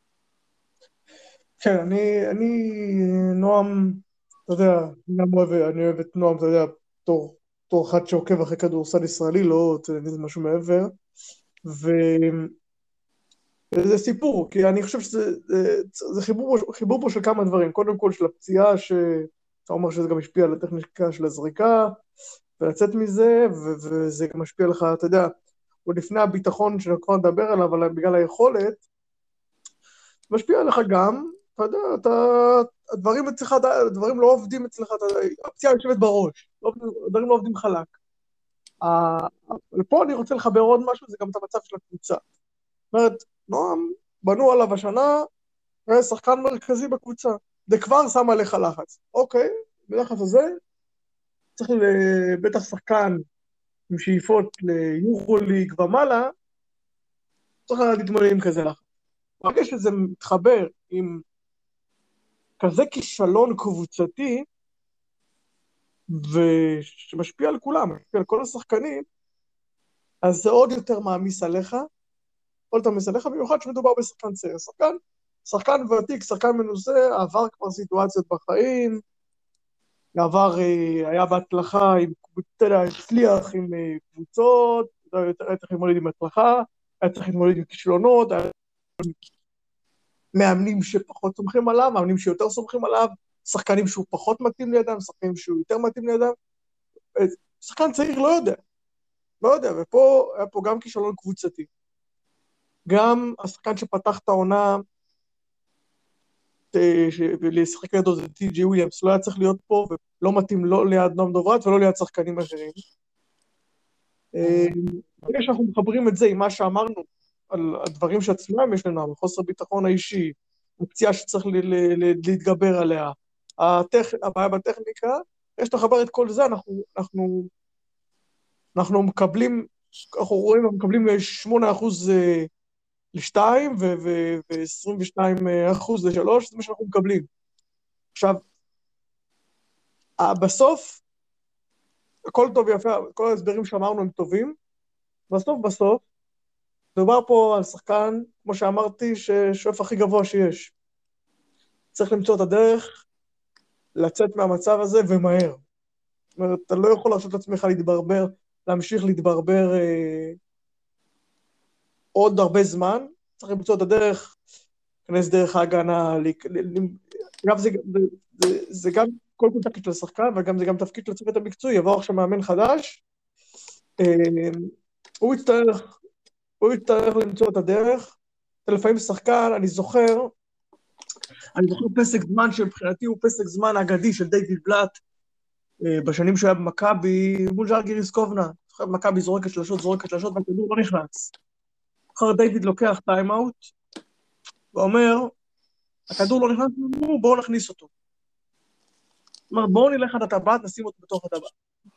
כן, אני, אני, נועם, אתה יודע, אני אוהב את נועם, אתה יודע, תור, תור אחד שעוקב אחרי כדורסל ישראלי, לא טלוויזיה משהו מעבר, ו... וזה סיפור, כי אני חושב שזה זה, זה חיבור, חיבור פה של כמה דברים, קודם כל של הפציעה, שאתה אומר שזה גם משפיע על הטכניקה של הזריקה, ולצאת מזה, ו- וזה גם משפיע לך, אתה יודע, עוד לפני הביטחון שכבר נדבר עליו, אבל בגלל היכולת, משפיע עליך גם, אתה יודע, אתה, הדברים אצלך, הדברים לא עובדים אצלך, הפציעה יושבת בראש, הדברים לא עובדים חלק. ופה אני רוצה לחבר עוד משהו, זה גם את המצב של הקבוצה. זאת אומרת, נועם, בנו עליו השנה, היה שחקן מרכזי בקבוצה, זה כבר שם עליך לחץ. אוקיי, בלחץ הזה, צריך לבטח שחקן עם שאיפות ליורוליג ומעלה, צריך להתמודד עם כזה לחץ. ברגע שזה מתחבר עם כזה כישלון קבוצתי, ושמשפיע על כולם, משפיע על כל השחקנים, אז זה עוד יותר מעמיס עליך, עוד יותר מעמיס עליך, במיוחד שמדובר בשחקן צעיר. שחקן, שחקן ותיק, שחקן מנוסה, עבר כבר סיטואציות בחיים, עבר, היה בהצלחה עם קבוצה, הצליח עם קבוצות, היה צריך להתמודד עם הצלחה, היה צריך להתמודד עם כישלונות, היה מאמנים שפחות סומכים עליו, מאמנים שיותר סומכים עליו, שחקנים שהוא פחות מתאים לידם, שחקנים שהוא יותר מתאים לידם, שחקן צעיר לא יודע, לא יודע, ופה היה פה גם כישלון קבוצתי. גם השחקן שפתח את העונה, ולשחק לידו זה טי ג'י וויליאמס, לא היה צריך להיות פה, ולא מתאים לא ליד נועם דוברת, ולא ליד שחקנים אחרים. ברגע שאנחנו מחברים את זה עם מה שאמרנו, על הדברים שעצמם יש לנו, חוסר ביטחון האישי, הפציעה שצריך להתגבר עליה, הבעיה בטכניקה, יש לחבר את כל זה, אנחנו, אנחנו, אנחנו מקבלים, אנחנו רואים, אנחנו מקבלים שמונה אחוז לשתיים ו-עשרים ושניים אחוז לשלוש, זה מה שאנחנו מקבלים. עכשיו, בסוף, הכל טוב יפה, כל ההסברים שאמרנו הם טובים, בסוף בסוף, מדובר פה על שחקן, כמו שאמרתי, ששואף הכי גבוה שיש. צריך למצוא את הדרך, לצאת מהמצב הזה ומהר. זאת אומרת, אתה לא יכול לעשות את עצמך להתברבר, להמשיך להתברבר אה, עוד הרבה זמן, צריך למצוא את הדרך, כנס דרך ההגנה, אגב, זה, זה, זה, זה גם כל כל תפקיד של השחקן, וגם זה גם תפקיד של הצוות המקצועי, יבוא עכשיו מאמן חדש, אה, הוא יצטרך, הוא יצטרך למצוא את הדרך, לפעמים שחקן, אני זוכר, אני זוכר פסק זמן שמבחינתי הוא פסק זמן אגדי של דיוויד בלאט, בשנים שהוא היה במכבי, מול ז'לגיריס קובנה, מכבי זורקת שלשות, זורקת שלשות, והכדור לא נכנס. אחר דיוויד לוקח טיים-אוט, ואומר, הכדור לא נכנס, בואו נכניס אותו. זאת אומרת, בואו נלך עד הטבעת, נשים אותו בתוך הטבעת.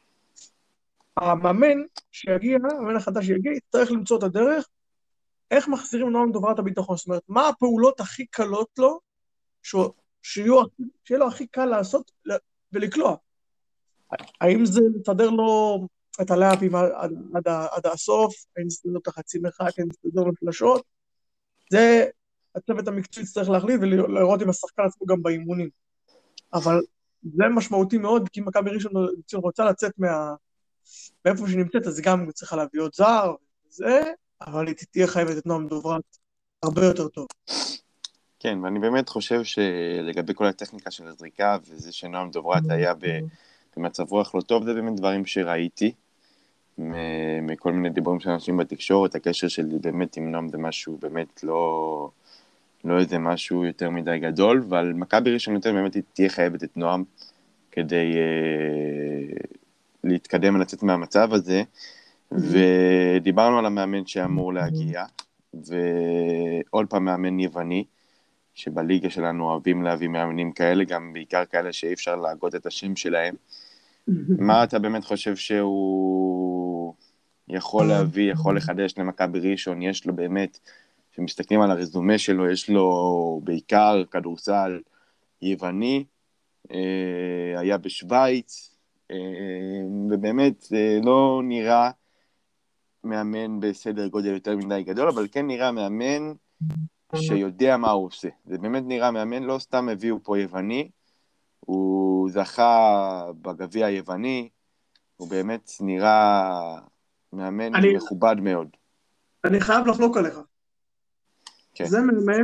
המאמן שיגיע, המאמן החדש שיגיע, צריך למצוא את הדרך, איך מחזירים נועם דוברת הביטחון, זאת אומרת, מה הפעולות הכי קלות לו, שיהיה לו הכי קל לעשות ולקלוע. האם זה לסדר לו את הלאפים עד, עד, עד הסוף, האם זה לסדר לו את החצי מרחק, האם זה לסדר לו פלשות, זה הצוות המקצועי צריך להחליט ולראות אם השחקן עצמו גם באימונים. אבל זה משמעותי מאוד, כי מכבי ראשון רוצה לצאת מה... מאיפה שנמצאת, אז גם צריכה להביא עוד זר, זה, אבל היא תהיה חייבת את נועם דוברת הרבה יותר טוב. כן, ואני באמת חושב שלגבי כל הטכניקה של הזריקה, וזה שנועם דוברת היה במצב רוח לא טוב, זה באמת דברים שראיתי, מכל מיני דיבורים של אנשים בתקשורת, הקשר שלי באמת עם נועם זה משהו באמת לא, לא איזה משהו יותר מדי גדול, אבל מכבי ראשון יותר באמת תהיה חייבת את נועם, כדי uh, להתקדם ולצאת מהמצב הזה, ודיברנו על המאמן שאמור להגיע, ועוד פעם מאמן יווני, שבליגה שלנו אוהבים להביא מאמנים כאלה, גם בעיקר כאלה שאי אפשר להגות את השם שלהם. מה אתה באמת חושב שהוא יכול להביא, יכול לחדש למכבי ראשון? יש לו באמת, כשמסתכלים על הרזומה שלו, יש לו בעיקר כדורסל יווני, היה בשוויץ, ובאמת לא נראה מאמן בסדר גודל יותר מדי גדול, אבל כן נראה מאמן שיודע מה הוא עושה. זה באמת נראה מאמן, לא סתם הביאו פה יווני, הוא זכה בגביע היווני, הוא באמת נראה מאמן אני, מכובד מאוד. אני חייב לחלוק עליך. כן. זה מאמן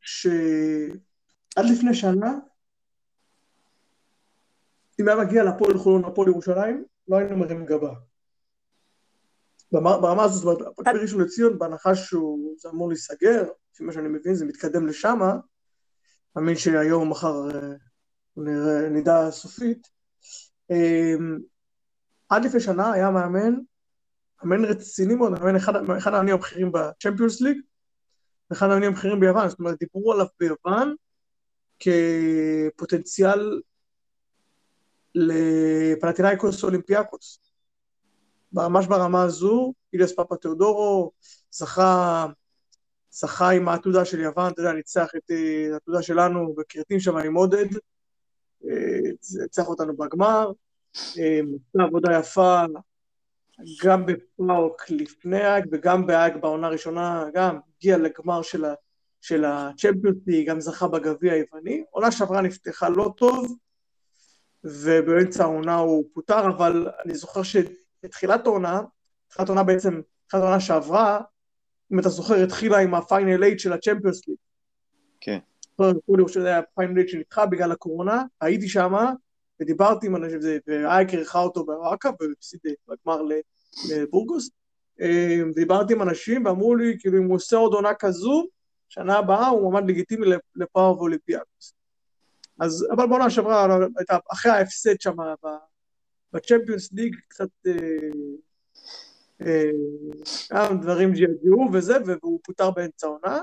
שעד לפני שנה, אם היה מגיע לפועל חולון, לפועל ירושלים, לא היינו מרים גבה. ברמה הזאת, זאת אומרת, מכבי ראשון לציון, בהנחה שהוא אמור להיסגר, לפי מה שאני מבין, זה מתקדם לשם, מאמין שהיום מחר נדע סופית. עד לפני שנה היה מאמן מאמן רציני מאוד, מאמן אחד, אחד המאמנים הבכירים בצ'מפיונס ליג, ואחד המאמנים הבכירים ביוון, זאת אומרת, דיברו עליו ביוון כפוטנציאל לפנתינייקוס אולימפיאקוס. ממש ברמה הזו, איליאס פאפה תיאודורו זכה, זכה עם העתודה של יוון, אתה יודע, ניצח את העתודה שלנו בקרטים שם עם עודד, ניצח אותנו בגמר, עשה עבודה יפה, גם בפאוק לפני האג, וגם באג בעונה הראשונה, גם הגיע לגמר של, ה, של הצ'מפיונס ליג, גם זכה בגביע היווני, עונה שעברה נפתחה לא טוב, ובאמצע העונה הוא פוטר, אבל אני זוכר שבתחילת העונה, תחילת העונה בעצם, תחילת העונה שעברה, אם אתה זוכר, התחילה עם הפיינל אייט של הצ'מפיונס ליג. כן. כולי שזה היה פיינל אייט שנדחה בגלל הקורונה, הייתי שם, ודיברתי עם אנשים, ואייק ערכה אותו בוואקה, ובפסיד בגמר לבורגוס, ודיברתי עם אנשים, ואמרו לי, כאילו, אם הוא עושה עוד עונה כזו, שנה הבאה הוא ממש לגיטימי לפאו ואולימפיאקוס. אז, אבל בעונה שעברה, אחרי ההפסד שם בצ'מפיונס ליג, קצת גם דברים ג'יג'ו וזה, והוא פוטר באמצע העונה.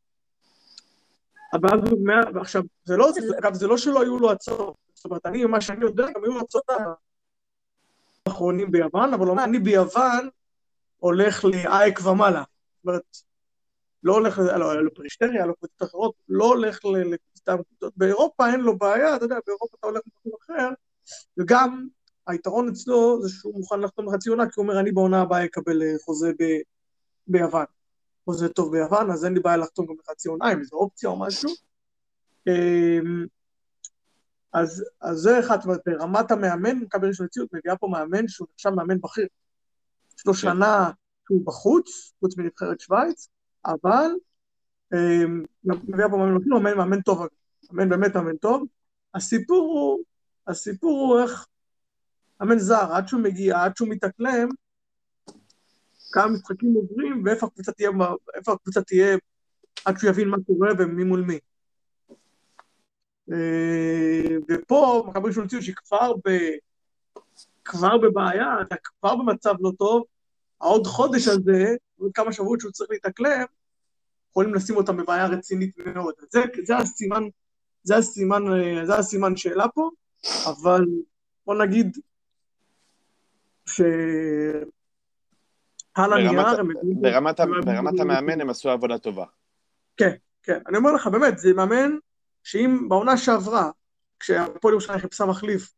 אבל עכשיו, זה לא, אגב, זה לא שלא היו לו הצעות. זאת אומרת, אני, מה שאני יודע, גם היו לו הצעות האחרונים ביוון, אבל אומר, אני ביוון הולך לאייק ומעלה. זאת אומרת, לא הולך, לא, לא פרישטריה, לא קבוצות אחרות, לא הולך לקבוצות קבוצות. באירופה אין לו בעיה, אתה יודע, באירופה אתה הולך למקום אחר, וגם היתרון אצלו זה שהוא מוכן לחתום לחצי עונה, כי הוא אומר, אני בעונה הבאה אקבל חוזה ב, ביוון. חוזה טוב ביוון, אז אין לי בעיה לחתום גם לחצי עונה, אם זו אופציה או משהו. אז, אז זה אחד, ברמת המאמן, מכבי ראשון לציון, מביאה פה מאמן שהוא נחשב מאמן בכיר. יש לו שנה שהוא בחוץ, חוץ מנבחרת שוויץ, אבל מביאה פה מאמן בכיר, הוא מאמן טוב, מאמן באמת מאמן טוב. הסיפור הוא, הסיפור הוא איך, מאמן זר, עד שהוא מגיע, עד שהוא מתאקלם, כמה משחקים עוברים, ואיפה הקבוצה תהיה, איפה הקבוצה תהיה, עד שהוא יבין מה קורה ומי מול מי. ופה, מכבי ראשון לציון, שהיא כבר, ב... כבר בבעיה, אתה כבר במצב לא טוב, העוד חודש הזה, עוד כמה שבועות שהוא צריך להתאקלם, יכולים לשים אותם בבעיה רצינית מאוד. זה, זה הסימן, זה הסימן, זה הסימן שאלה פה, אבל בוא נגיד, ש... ברמת המאמן הם עשו עבודה טובה. כן, כן. אני אומר לך, באמת, זה מאמן שאם בעונה שעברה, כשהפועל ירושלים חיפשה מחליף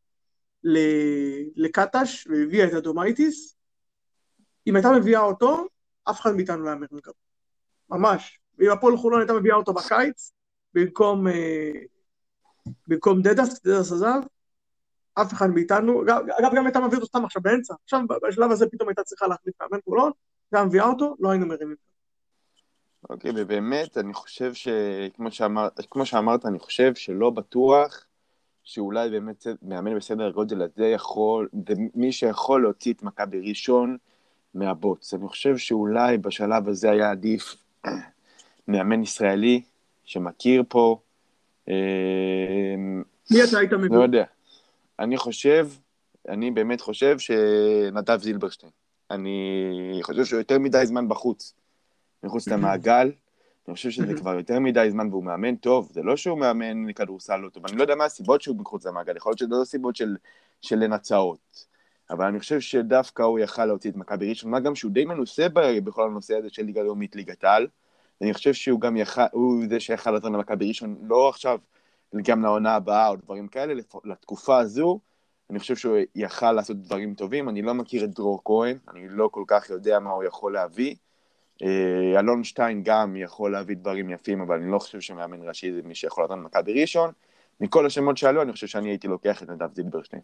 לקטש, והביאה את אדומייטיס, אם הייתה מביאה אותו, אף אחד מאיתנו לא יאמר לגב. ממש. ואם הפועל חולון הייתה מביאה אותו בקיץ, במקום, במקום דדס, דדס עזב, אף אחד מאיתנו, אגב, גם הייתה מביא אותו סתם עכשיו באמצע, עכשיו בשלב הזה פתאום הייתה צריכה להחליף מאמן חולון, גם מביאה אותו, לא היינו מרימים. אוקיי, ובאמת, אני חושב שכמו שאמר, כמו שאמרת, אני חושב שלא בטוח שאולי באמת מאמן בסדר גודל הזה יכול, מי שיכול להוציא את מכבי ראשון מהבוץ. אני חושב שאולי בשלב הזה היה עדיף מאמן ישראלי שמכיר פה. מי אתה היית מביא? לא יודע. אני חושב, אני באמת חושב שנדב זילברשטיין. אני חושב שהוא יותר מדי זמן בחוץ. מחוץ למעגל. אני חושב שזה כבר יותר מדי זמן, והוא מאמן טוב. זה לא שהוא מאמן כדורסל לא טוב. אני לא יודע מה הסיבות שהוא מחוץ למעגל. יכול להיות שזה לא סיבות של, של לנצאות. אבל אני חושב שדווקא הוא יכל להוציא את מכבי ראשון, מה גם שהוא די מנוסה בכל הנושא הזה של ליגה לאומית, ליגת העל. אני חושב שהוא גם יכל, הוא זה שיכל לתרן למכבי ראשון, לא עכשיו גם לעונה הבאה או דברים כאלה, לתקופה הזו, אני חושב שהוא יכל לעשות דברים טובים. אני לא מכיר את דרור כהן, אני לא כל כך יודע מה הוא יכול להביא. אלון שטיין גם יכול להביא דברים יפים, אבל אני לא חושב שמאמן ראשי זה מי שיכול לתרן למכבי ראשון. מכל השמות שעלו, אני חושב שאני הייתי לוקח את נדב זילברשטיין.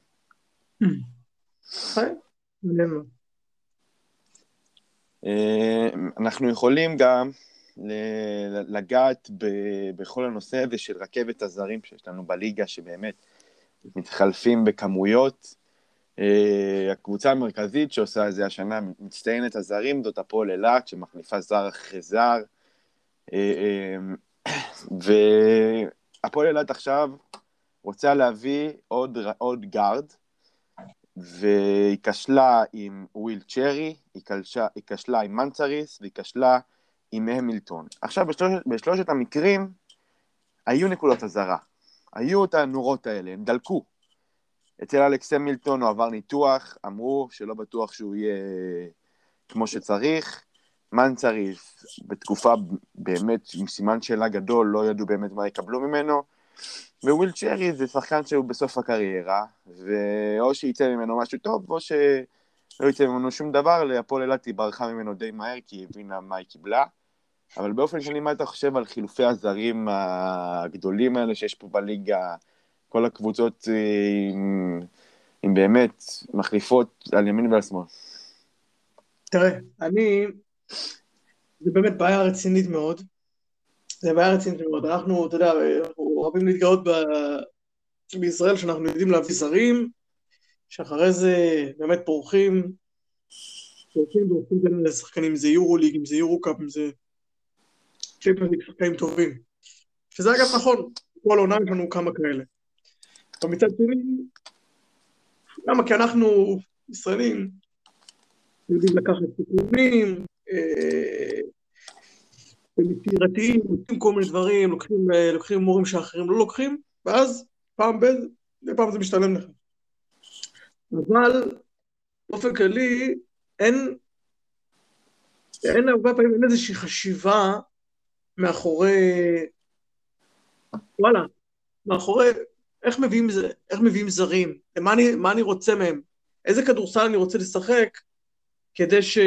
אנחנו יכולים גם לגעת בכל הנושא הזה של רכבת הזרים שיש לנו בליגה, שבאמת מתחלפים בכמויות. הקבוצה המרכזית שעושה את זה השנה, מצטיינת הזרים, זאת הפועל אילת, שמחליפה זר אחרי זר. והפועל אילת עכשיו רוצה להביא עוד, עוד גארד, והיא כשלה עם וויל צ'רי, היא כשלה, היא כשלה עם מנצריס, והיא כשלה עם המילטון. עכשיו, בשלושת, בשלושת המקרים, היו נקודות הזרה. היו את הנורות האלה, הם דלקו. אצל אלכס המילטון הוא עבר ניתוח, אמרו שלא בטוח שהוא יהיה כמו שצריך. מנצריס, בתקופה באמת עם סימן שאלה גדול, לא ידעו באמת מה יקבלו ממנו. וויל צ'רי זה שחקן שהוא בסוף הקריירה, ואו שיצא ממנו משהו טוב, או שלא יצא ממנו שום דבר, להפועל אילת היא ברחה ממנו די מהר, כי היא הבינה מה היא קיבלה. אבל באופן שני, מה אתה חושב על חילופי הזרים הגדולים האלה שיש פה בליגה, כל הקבוצות עם, עם באמת מחליפות על ימין ועל שמאל? תראה, אני, זה באמת בעיה רצינית מאוד, זה בעיה רצינית מאוד, אנחנו, אתה יודע, אנחנו אוהבים להתגאות ב... בישראל שאנחנו יודעים להביא זרים, שאחרי זה באמת פורחים, פורחים והופכים כאלה לשחקנים, אם זה יורו-ליג, אם זה יורו-קאפ, אם זה צ'מפיונס ליג, שחקנים טובים. שזה אגב נכון, כל העונה יש לנו כמה כאלה. אבל מצד שני, למה? כי אנחנו ישראלים, יודעים לקחת סיכונים, יצירתיים, עושים כל מיני דברים, לוקחים, לוקחים מורים שאחרים לא לוקחים, ואז פעם בין, פעם זה משתלם לך. אבל באופן כללי, אין, אין הרבה פעמים, אין איזושהי חשיבה מאחורי, וואלה, מאחורי, איך מביאים, איך מביאים זרים, מה אני, מה אני רוצה מהם, איזה כדורסל אני רוצה לשחק, כדי ש...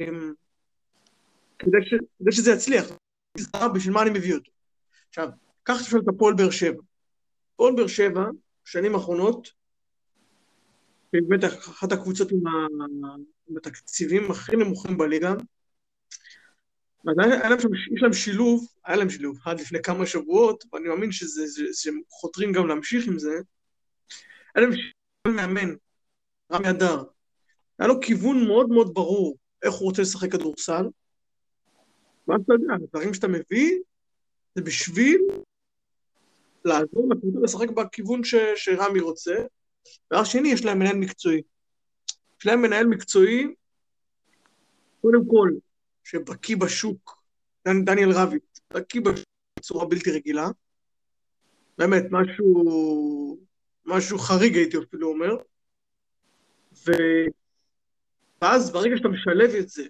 כדי, ש... כדי שזה יצליח, בשביל מה אני מביא אותו. עכשיו, קח תשאל את הפועל באר שבע. הפועל באר שבע, שנים האחרונות, באמת אחת הקבוצות עם, ה... עם התקציבים הכי נמוכים בליגה, ועדיין יש להם שילוב, היה להם שילוב, עד לפני כמה שבועות, ואני מאמין שזה, שהם חותרים גם להמשיך עם זה, היה להם שילוב מאמן, רמי אדר, היה לו כיוון מאוד מאוד ברור, איך הוא רוצה לשחק כדורסל, ואז אתה יודע, הדברים שאתה מביא, זה בשביל לעזור לקבוצה לשחק בכיוון ש, שרמי רוצה, והר שני, יש להם מנהל מקצועי. יש להם מנהל מקצועי, קודם כל, שבקיא בשוק, דני, דניאל רביץ, בקיא בשוק בצורה בלתי רגילה, באמת, משהו, משהו חריג הייתי אפילו אומר, ו... ואז ברגע שאתה משלב את זה,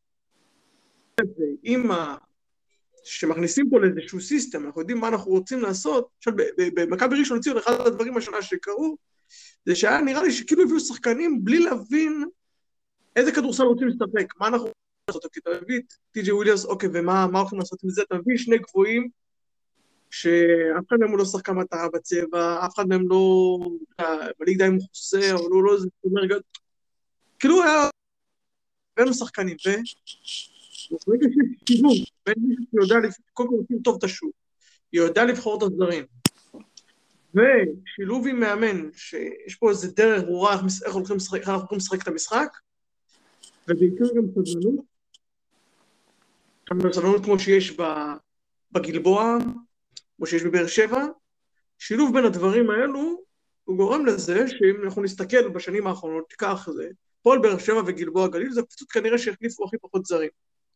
עם ה... שמכניסים פה לאיזשהו סיסטם, אנחנו יודעים מה אנחנו רוצים לעשות, במכבי ראשון לציון, אחד הדברים השנה שקרו, זה שהיה נראה לי שכאילו הביאו שחקנים בלי להבין איזה כדורסל רוצים לשחק, מה אנחנו רוצים לעשות, כי אתה מביא את טי.ג'יי וויליאמס, אוקיי, ומה הולכים לעשות עם זה, אתה מביא שני גבוהים, שאף אחד מהם הוא לא שחקן מטרה בצבע, אף אחד מהם לא, בליג די מחוסה, אבל הוא לא איזה תומר גד, כאילו היה, הבאנו שחקנים, ו... וברגע שיש כיוון, בין מישהו שיודע, קודם כל עושים טוב את השוק, יודע לבחור את הזרים, ושילוב עם מאמן, שיש פה איזה דרך ברורה, איך הולכים לשחק, איך אנחנו הולכים לשחק את המשחק, ובעיקר גם סבלנות, סבלנות כמו שיש בגלבוע, כמו שיש בבאר שבע, שילוב בין הדברים האלו, הוא גורם לזה שאם אנחנו נסתכל בשנים האחרונות, תיקח זה, פועל באר שבע וגלבוע גליל, זה קבוצות כנראה שהחליפו הכי פחות זרים.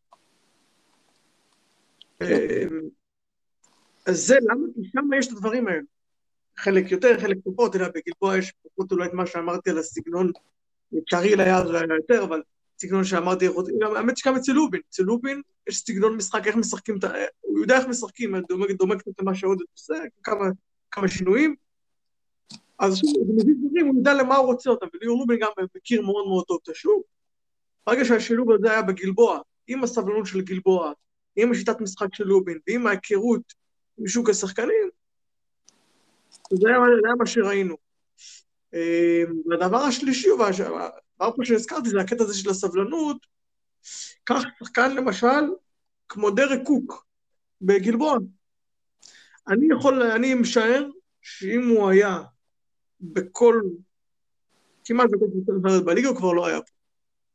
אז זה למה? כי שם יש את הדברים האלה. חלק יותר, חלק פחות, אלא בגלבוע יש פחות אולי את מה שאמרתי על הסגנון, צ'ריל היה יותר, אבל סגנון שאמרתי, האמת שגם אצל לובין, אצל לובין יש סגנון משחק, איך משחקים, הוא יודע איך משחקים, דומה קצת למה שעוד עושה, כמה, כמה שינויים, אז הוא מביא דברים, הוא יודע למה הוא רוצה אותם, וליאור לובין גם מכיר מאוד מאוד טוב את השוק, ברגע שהשילוב הזה היה בגלבוע, עם הסבלנות של גלבוע, עם השיטת משחק של לובין, ועם ההיכרות עם שוק השחקנים, זה היה, זה היה מה שראינו. והדבר השלישי, והדבר פה שהזכרתי, זה הקטע הזה של הסבלנות, כך שחקן למשל, כמו דרק קוק, בגלבוע. אני יכול, אני משער, שאם הוא היה בכל, כמעט בכל קבוצה בליגה, הוא כבר לא היה פה.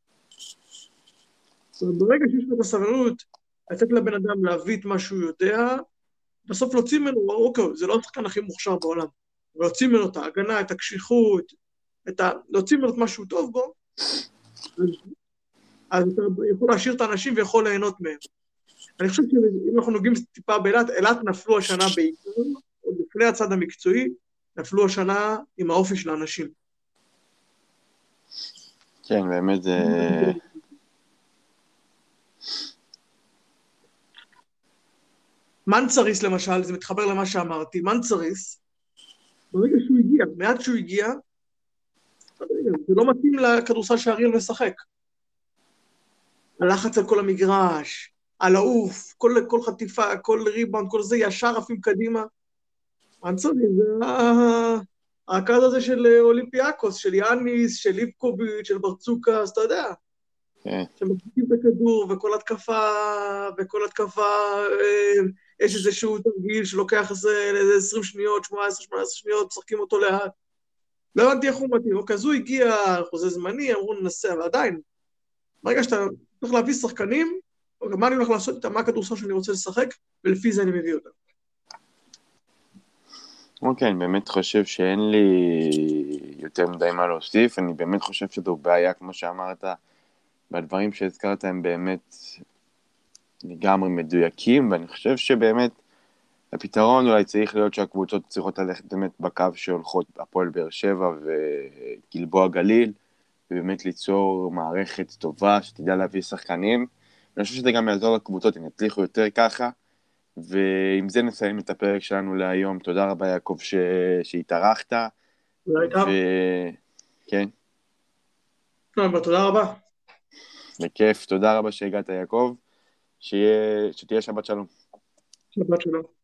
ברגע שיש לו את הסבלנות, לתת לבן אדם להביא את מה שהוא יודע, בסוף להוציא ממנו, אוקיי, זה לא השחקן הכי מוכשר בעולם, להוציא ממנו את ההגנה, את הקשיחות, את ה... להוציא ממנו את משהו טוב בו, אז, אז אתה יכול להשאיר את האנשים ויכול ליהנות מהם. אני חושב שאם אנחנו נוגעים טיפה באילת, אילת נפלו השנה בעיקר, עוד לפני הצד המקצועי, נפלו השנה עם האופי של האנשים. כן, באמת זה... מנצריס למשל, זה מתחבר למה שאמרתי, מנצריס, ברגע שהוא הגיע, מעט שהוא הגיע, זה לא מתאים לכדורסל שאריאל משחק. הלחץ על כל המגרש, על העוף, כל, כל חטיפה, כל ריבאונד, כל זה, ישר עפים קדימה. מנצריס זה הרכז הזה של אולימפיאקוס, של יאניס, של ליפקוביץ', של ברצוקה, אז אתה יודע. כן. שמחזיקים בכדור, וכל התקפה, וכל התקפה, יש איזשהו תרגיל שלוקח איזה עשרים שניות, שמונה עשרה שניות, משחקים אותו לאט. לא הבנתי איך הוא מתאים, אוקיי, אז הוא הגיע חוזה זמני, אמרו ננסה, אבל עדיין, ברגע שאתה צריך להביא שחקנים, אוקיי, מה אני הולך לעשות איתם, מה הכדורסל שאני רוצה לשחק, ולפי זה אני מביא אותם. אוקיי, אני באמת חושב שאין לי יותר מדי מה להוסיף, אני באמת חושב שזו בעיה, כמו שאמרת, והדברים שהזכרת הם באמת לגמרי מדויקים, ואני חושב שבאמת הפתרון אולי צריך להיות שהקבוצות צריכות ללכת באמת בקו שהולכות הפועל באר שבע וגלבוע גליל, ובאמת ליצור מערכת טובה שתדע להביא שחקנים. אני חושב שזה גם יעזור לקבוצות, הם יצליחו יותר ככה, ועם זה נסיים את הפרק שלנו להיום. תודה רבה יעקב ש... שהתארחת. תודה איתם. ו... כן. לא, תודה רבה. בכיף, תודה רבה שהגעת יעקב, שיה... שתהיה שבת שלום. שבת שלום.